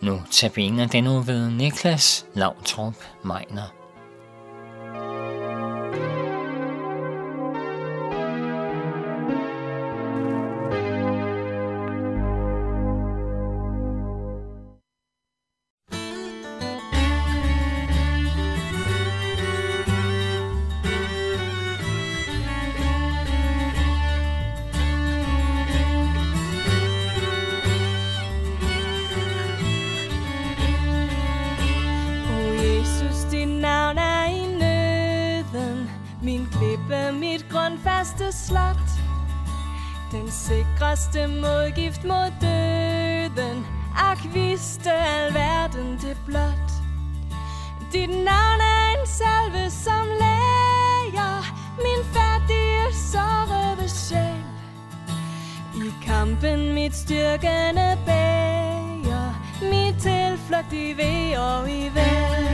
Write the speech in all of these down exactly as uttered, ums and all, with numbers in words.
Nu tabiner den nu ved Niklas Lautrup Meiner. Mit grundfaste slot, den sikreste modgift mod døden. Ak, vidste alverden det blot. Dit navn er en salve, som læger min fattige sårede sjæl. I kampen mit styrkende bæger, mit tilflugt i ve og i vel.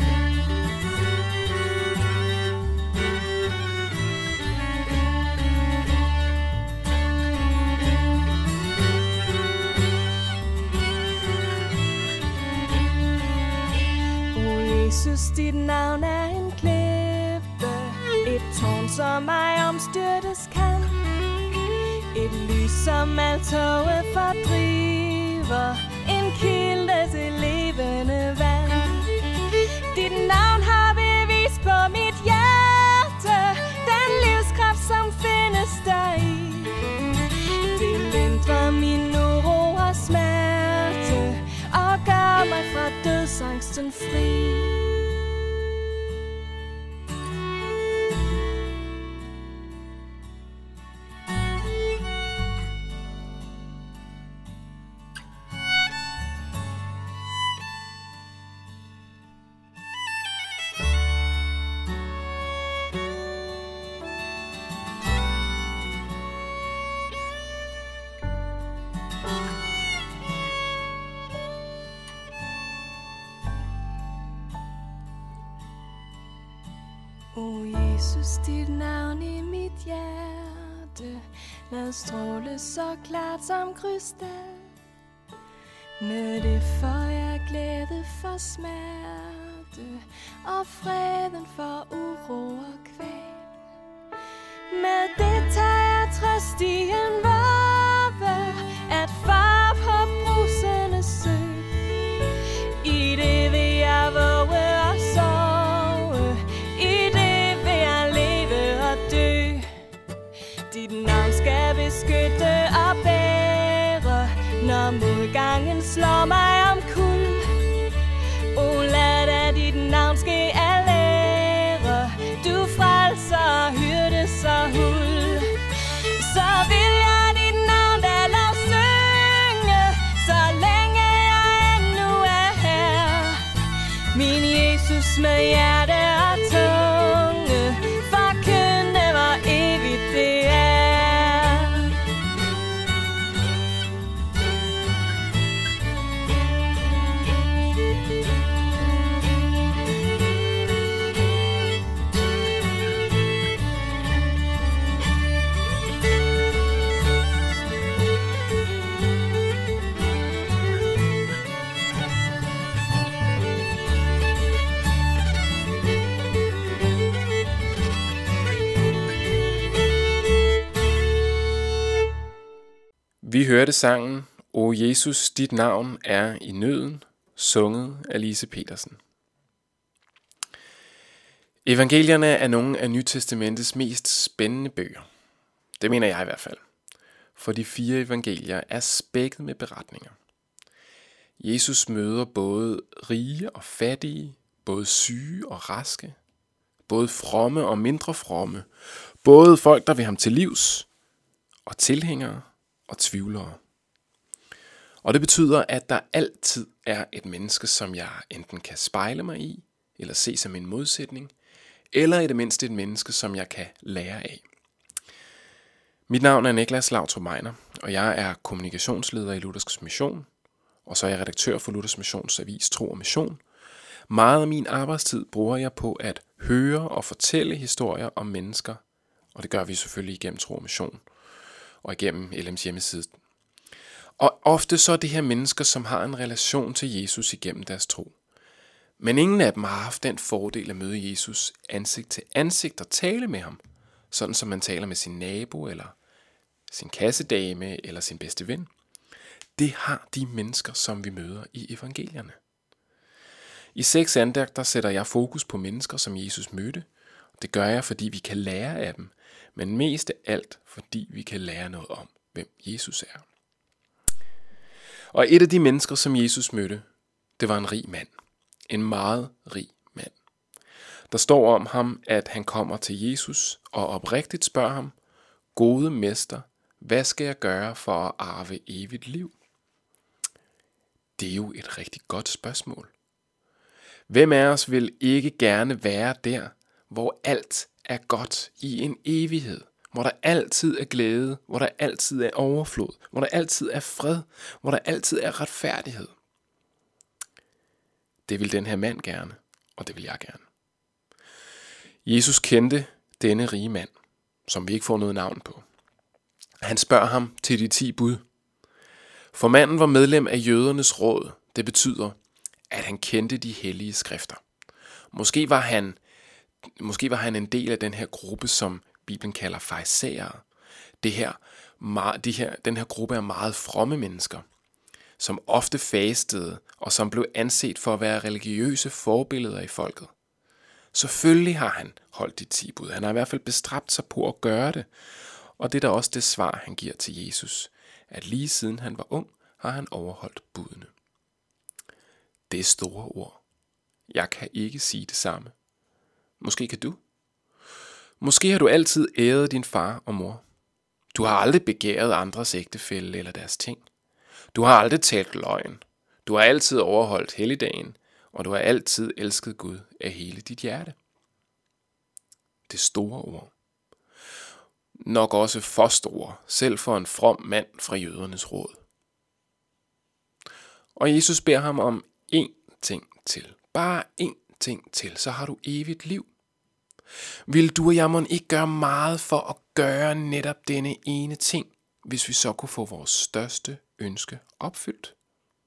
Jesus, dit navn er en klippe, et tårn, som mig omstyrtes kan. Et lys, som alt tåge fordriver, en kilde til levende vand. Dit navn har bevis på mit hjerte, den livskraft, som findes deri. Det lindrer min uro og smerte, og gør mig fra dødsangsten fri. O Jesus, dit navn i mit hjerte, lad stråle så klart som krystal. Med det får jeg glæde for smerte, og freden for uro og kval. Med det tager jeg trøst i en våve, at far på brusende sø. I det vil jeg våge og sove, i det vil jeg leve og dø. Dit navn skal beskytte og bære, når modgangen slår mig omkuld. O lad da dit navn ske al ære, du frelser, hyrde så huld. Så vil jeg dit navn da lov synge, så længe jeg endnu er her. Min Jesus med hjerte og tunge, forkynde hvor evigt det er. Vi hørte sangen O Jesus, dit navn er i nøden, sunget af Lise Petersen. Evangelierne er nogle af Nytestamentets mest spændende bøger. Det mener jeg i hvert fald. For de fire evangelier er spækket med beretninger. Jesus møder både rige og fattige, både syge og raske, både fromme og mindre fromme, både folk, der vil ham til livs, og tilhængere og tvivlere. Og det betyder, at der altid er et menneske, som jeg enten kan spejle mig i, eller se som en modsætning, eller i det mindste et menneske, som jeg kan lære af. Mit navn er Niklas Lautrup Meiner, og jeg er kommunikationsleder i Luthersk Mission, og så er jeg redaktør for Luthersk Missions avis Tro og Mission. Meget af min arbejdstid bruger jeg på at høre og fortælle historier om mennesker, og det gør vi selvfølgelig igennem Tro og Mission og igennem L M's hjemmeside. Og ofte så er det her mennesker, som har en relation til Jesus igennem deres tro. Men ingen af dem har haft den fordel at møde Jesus ansigt til ansigt og tale med ham, sådan som man taler med sin nabo, eller sin kassedame, eller sin bedste ven. Det har de mennesker, som vi møder i evangelierne. I seks andagter sætter jeg fokus på mennesker, som Jesus mødte. Det gør jeg, fordi vi kan lære af dem, men mest af alt, fordi vi kan lære noget om, hvem Jesus er. Og et af de mennesker, som Jesus mødte, det var en rig mand. En meget rig mand. Der står om ham, at han kommer til Jesus og oprigtigt spørger ham, gode mester, hvad skal jeg gøre for at arve evigt liv? Det er jo et rigtig godt spørgsmål. Hvem af os vil ikke gerne være der, hvor alt er godt i en evighed? Hvor der altid er glæde, hvor der altid er overflod, hvor der altid er fred, hvor der altid er retfærdighed. Det vil den her mand gerne, og det vil jeg gerne. Jesus kendte denne rige mand, som vi ikke får noget navn på. Han spørger ham til de ti bud. For manden var medlem af jødernes råd. Det betyder, at han kendte de hellige skrifter. Måske var han, måske var han en del af den her gruppe, som Bibelen kalder farisæere. Det her, de her, den her gruppe er meget fromme mennesker, som ofte fastede og som blev anset for at være religiøse forbilleder i folket. Selvfølgelig har han holdt de ti bud. Han har i hvert fald bestræbt sig på at gøre det. Og det er da også det svar, han giver til Jesus, at lige siden han var ung, har han overholdt budene. Det er store ord. Jeg kan ikke sige det samme. Måske kan du. Måske har du altid æret din far og mor. Du har aldrig begæret andres ægtefælle eller deres ting. Du har aldrig talt løgn. Du har altid overholdt helligdagen, og du har altid elsket Gud af hele dit hjerte. Det er store ord. Nok også for store, selv for en from mand fra jødernes råd. Og Jesus beder ham om én ting til. Bare én ting til, så har du evigt liv. Vil du og jeg må ikke gøre meget for at gøre netop denne ene ting, hvis vi så kunne få vores største ønske opfyldt?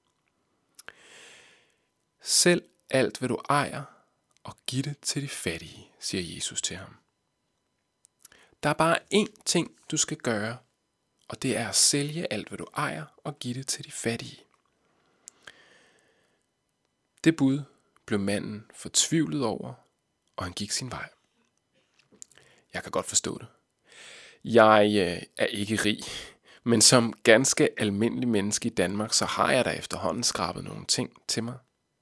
Selv alt, hvad du ejer, og giv det til de fattige, siger Jesus til ham. Der er bare én ting, du skal gøre, og det er at sælge alt, hvad du ejer, og give det til de fattige. Det bud blev manden fortvivlet over, og han gik sin vej. Jeg kan godt forstå det. Jeg øh, er ikke rig, men som ganske almindelig menneske i Danmark, så har jeg da efterhånden skrabet nogle ting til mig.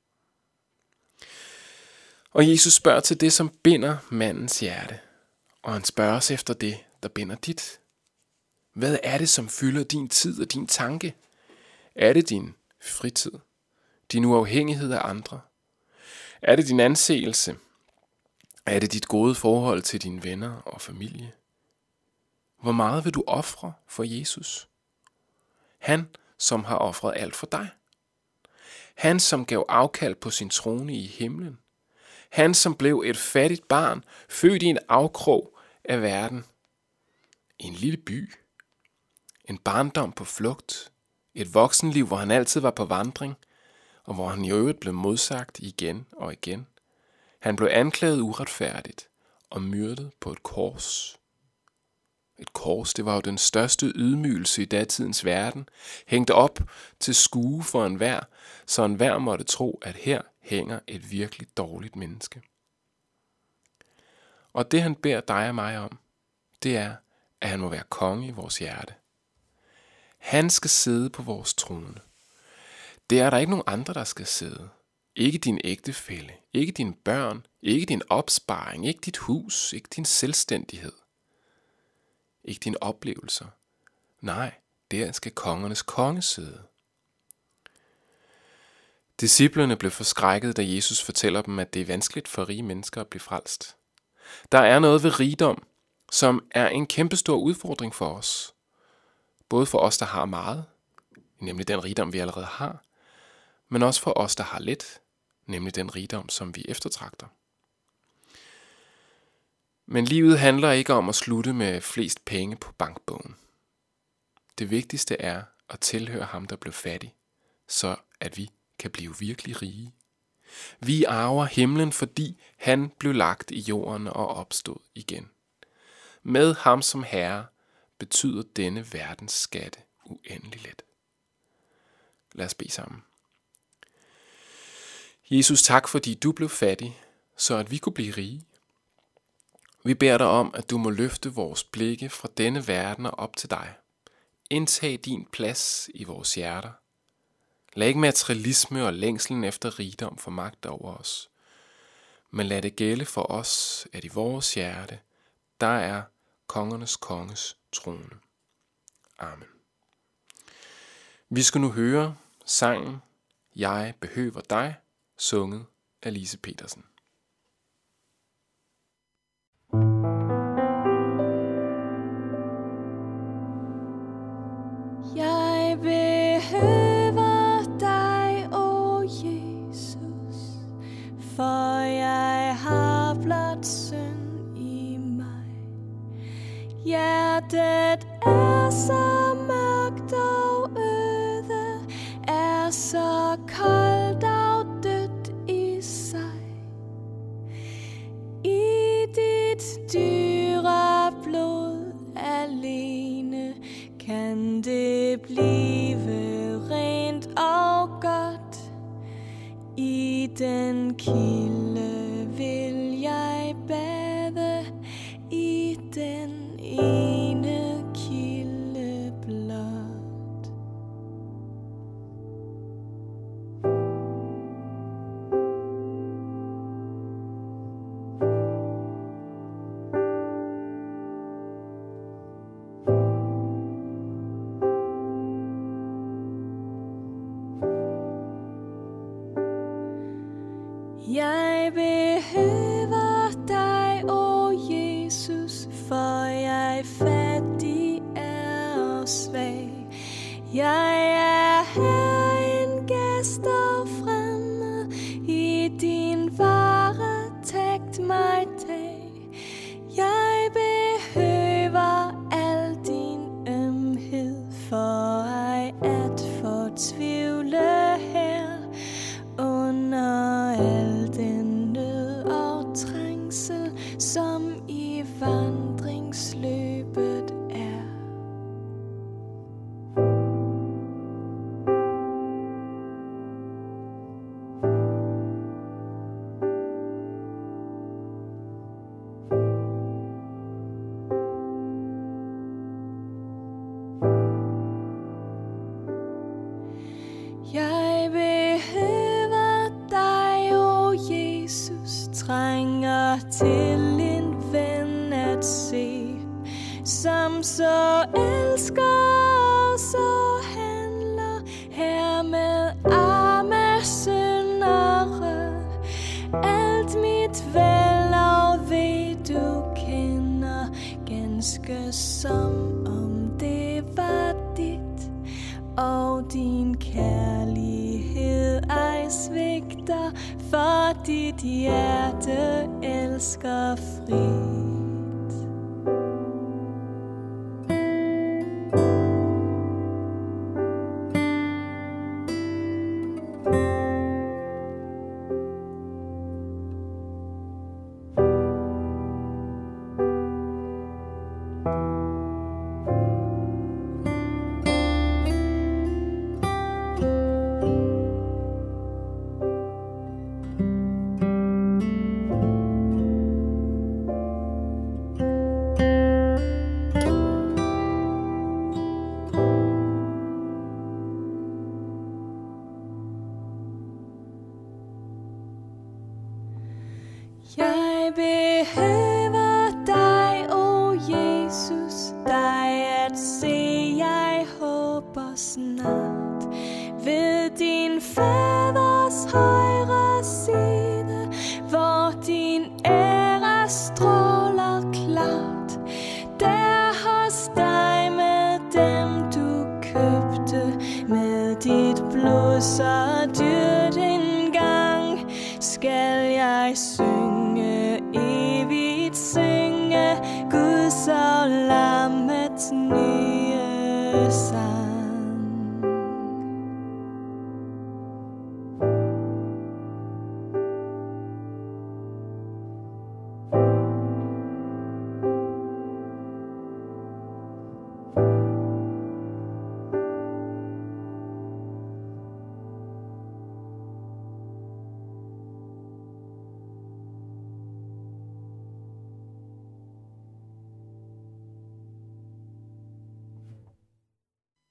Og Jesus spørger til det, som binder mandens hjerte, og han spørger os efter det, der binder dit. Hvad er det, som fylder din tid og din tanke? Er det din fritid? Din uafhængighed af andre? Er det din anseelse? Er det dit gode forhold til dine venner og familie? Hvor meget vil du ofre for Jesus? Han, som har ofret alt for dig. Han, som gav afkald på sin trone i himlen. Han, som blev et fattigt barn, født i en afkrog af verden. En lille by. En barndom på flugt. Et voksenliv, hvor han altid var på vandring, og hvor han i øvrigt blev modsagt igen og igen. Han blev anklaget uretfærdigt og myrdet på et kors. Et kors, det var jo den største ydmygelse i datidens verden, hængt op til skue for enhver, så enhver måtte tro, at her hænger et virkelig dårligt menneske. Og det han beder dig og mig om, det er, at han må være konge i vores hjerte. Han skal sidde på vores trone. Det er der ikke nogen andre, der skal sidde. Ikke din ægtefælle, ikke dine børn, ikke din opsparing, ikke dit hus, ikke din selvstændighed. Ikke dine oplevelser. Nej, der skal kongernes konge sidde. Disciplerne blev forskrækket, da Jesus fortæller dem, at det er vanskeligt for rige mennesker at blive frelst. Der er noget ved rigdom, som er en kæmpestor udfordring for os. Både for os, der har meget, nemlig den rigdom, vi allerede har, men også for os, der har lidt, nemlig den rigdom, som vi eftertragter. Men livet handler ikke om at slutte med flest penge på bankbogen. Det vigtigste er og tilhøre ham, der blev fattig, så at vi kan blive virkelig rige. Vi arver himlen, fordi han blev lagt i jorden og opstod igen. Med ham som herre betyder denne verdens skatte uendelig let. Lad os bede sammen. Jesus, tak fordi du blev fattig, så at vi kunne blive rige. Vi beder dig om, at du må løfte vores blikke fra denne verden og op til dig. Indtag din plads i vores hjerter. Lad ikke materialisme og længslen efter rigdom få magt over os. Men lad det gælde for os, at i vores hjerte, der er kongernes konges trone. Amen. Vi skal nu høre sangen Jeg behøver dig, sunget af Lise Petersen. Jeg behøver dig, o Jesus, for jeg har blot synd i mig. Hjertet er så mørkt og øde, er så koldt og dødt i sig. I dit dyre blod alene kan det blive rent og godt. I den kilde vil jeg bade, i den ene kilde blot. Jeg behøver dig, o Jesus, for jeg fattig er og svag. Jeg er her en gæst og fremmed, i din varetægt mig tag. Jeg behøver al din ømhed, for ej at fortvivle her under al den nød og trængsel, som i vandringsløbet er. Jeg behøver dig, o Jesus, trænger til en ven at se, som så elsker og så handler her med arme syndere. Alt mit vel og ved du kender, ganske som om det var dit. Og din kærlighed ej svigter, for dit hjerte elsker frit. Jeg behøver dig, o Jesus, dig at se, jeg håber snart ved din faders højre side, hvor din ære stråler klart. Der hos dig med dem du købte, med dit blod så dyrt engang, skal jeg synge, evigt synge Guds og lammets nye sang.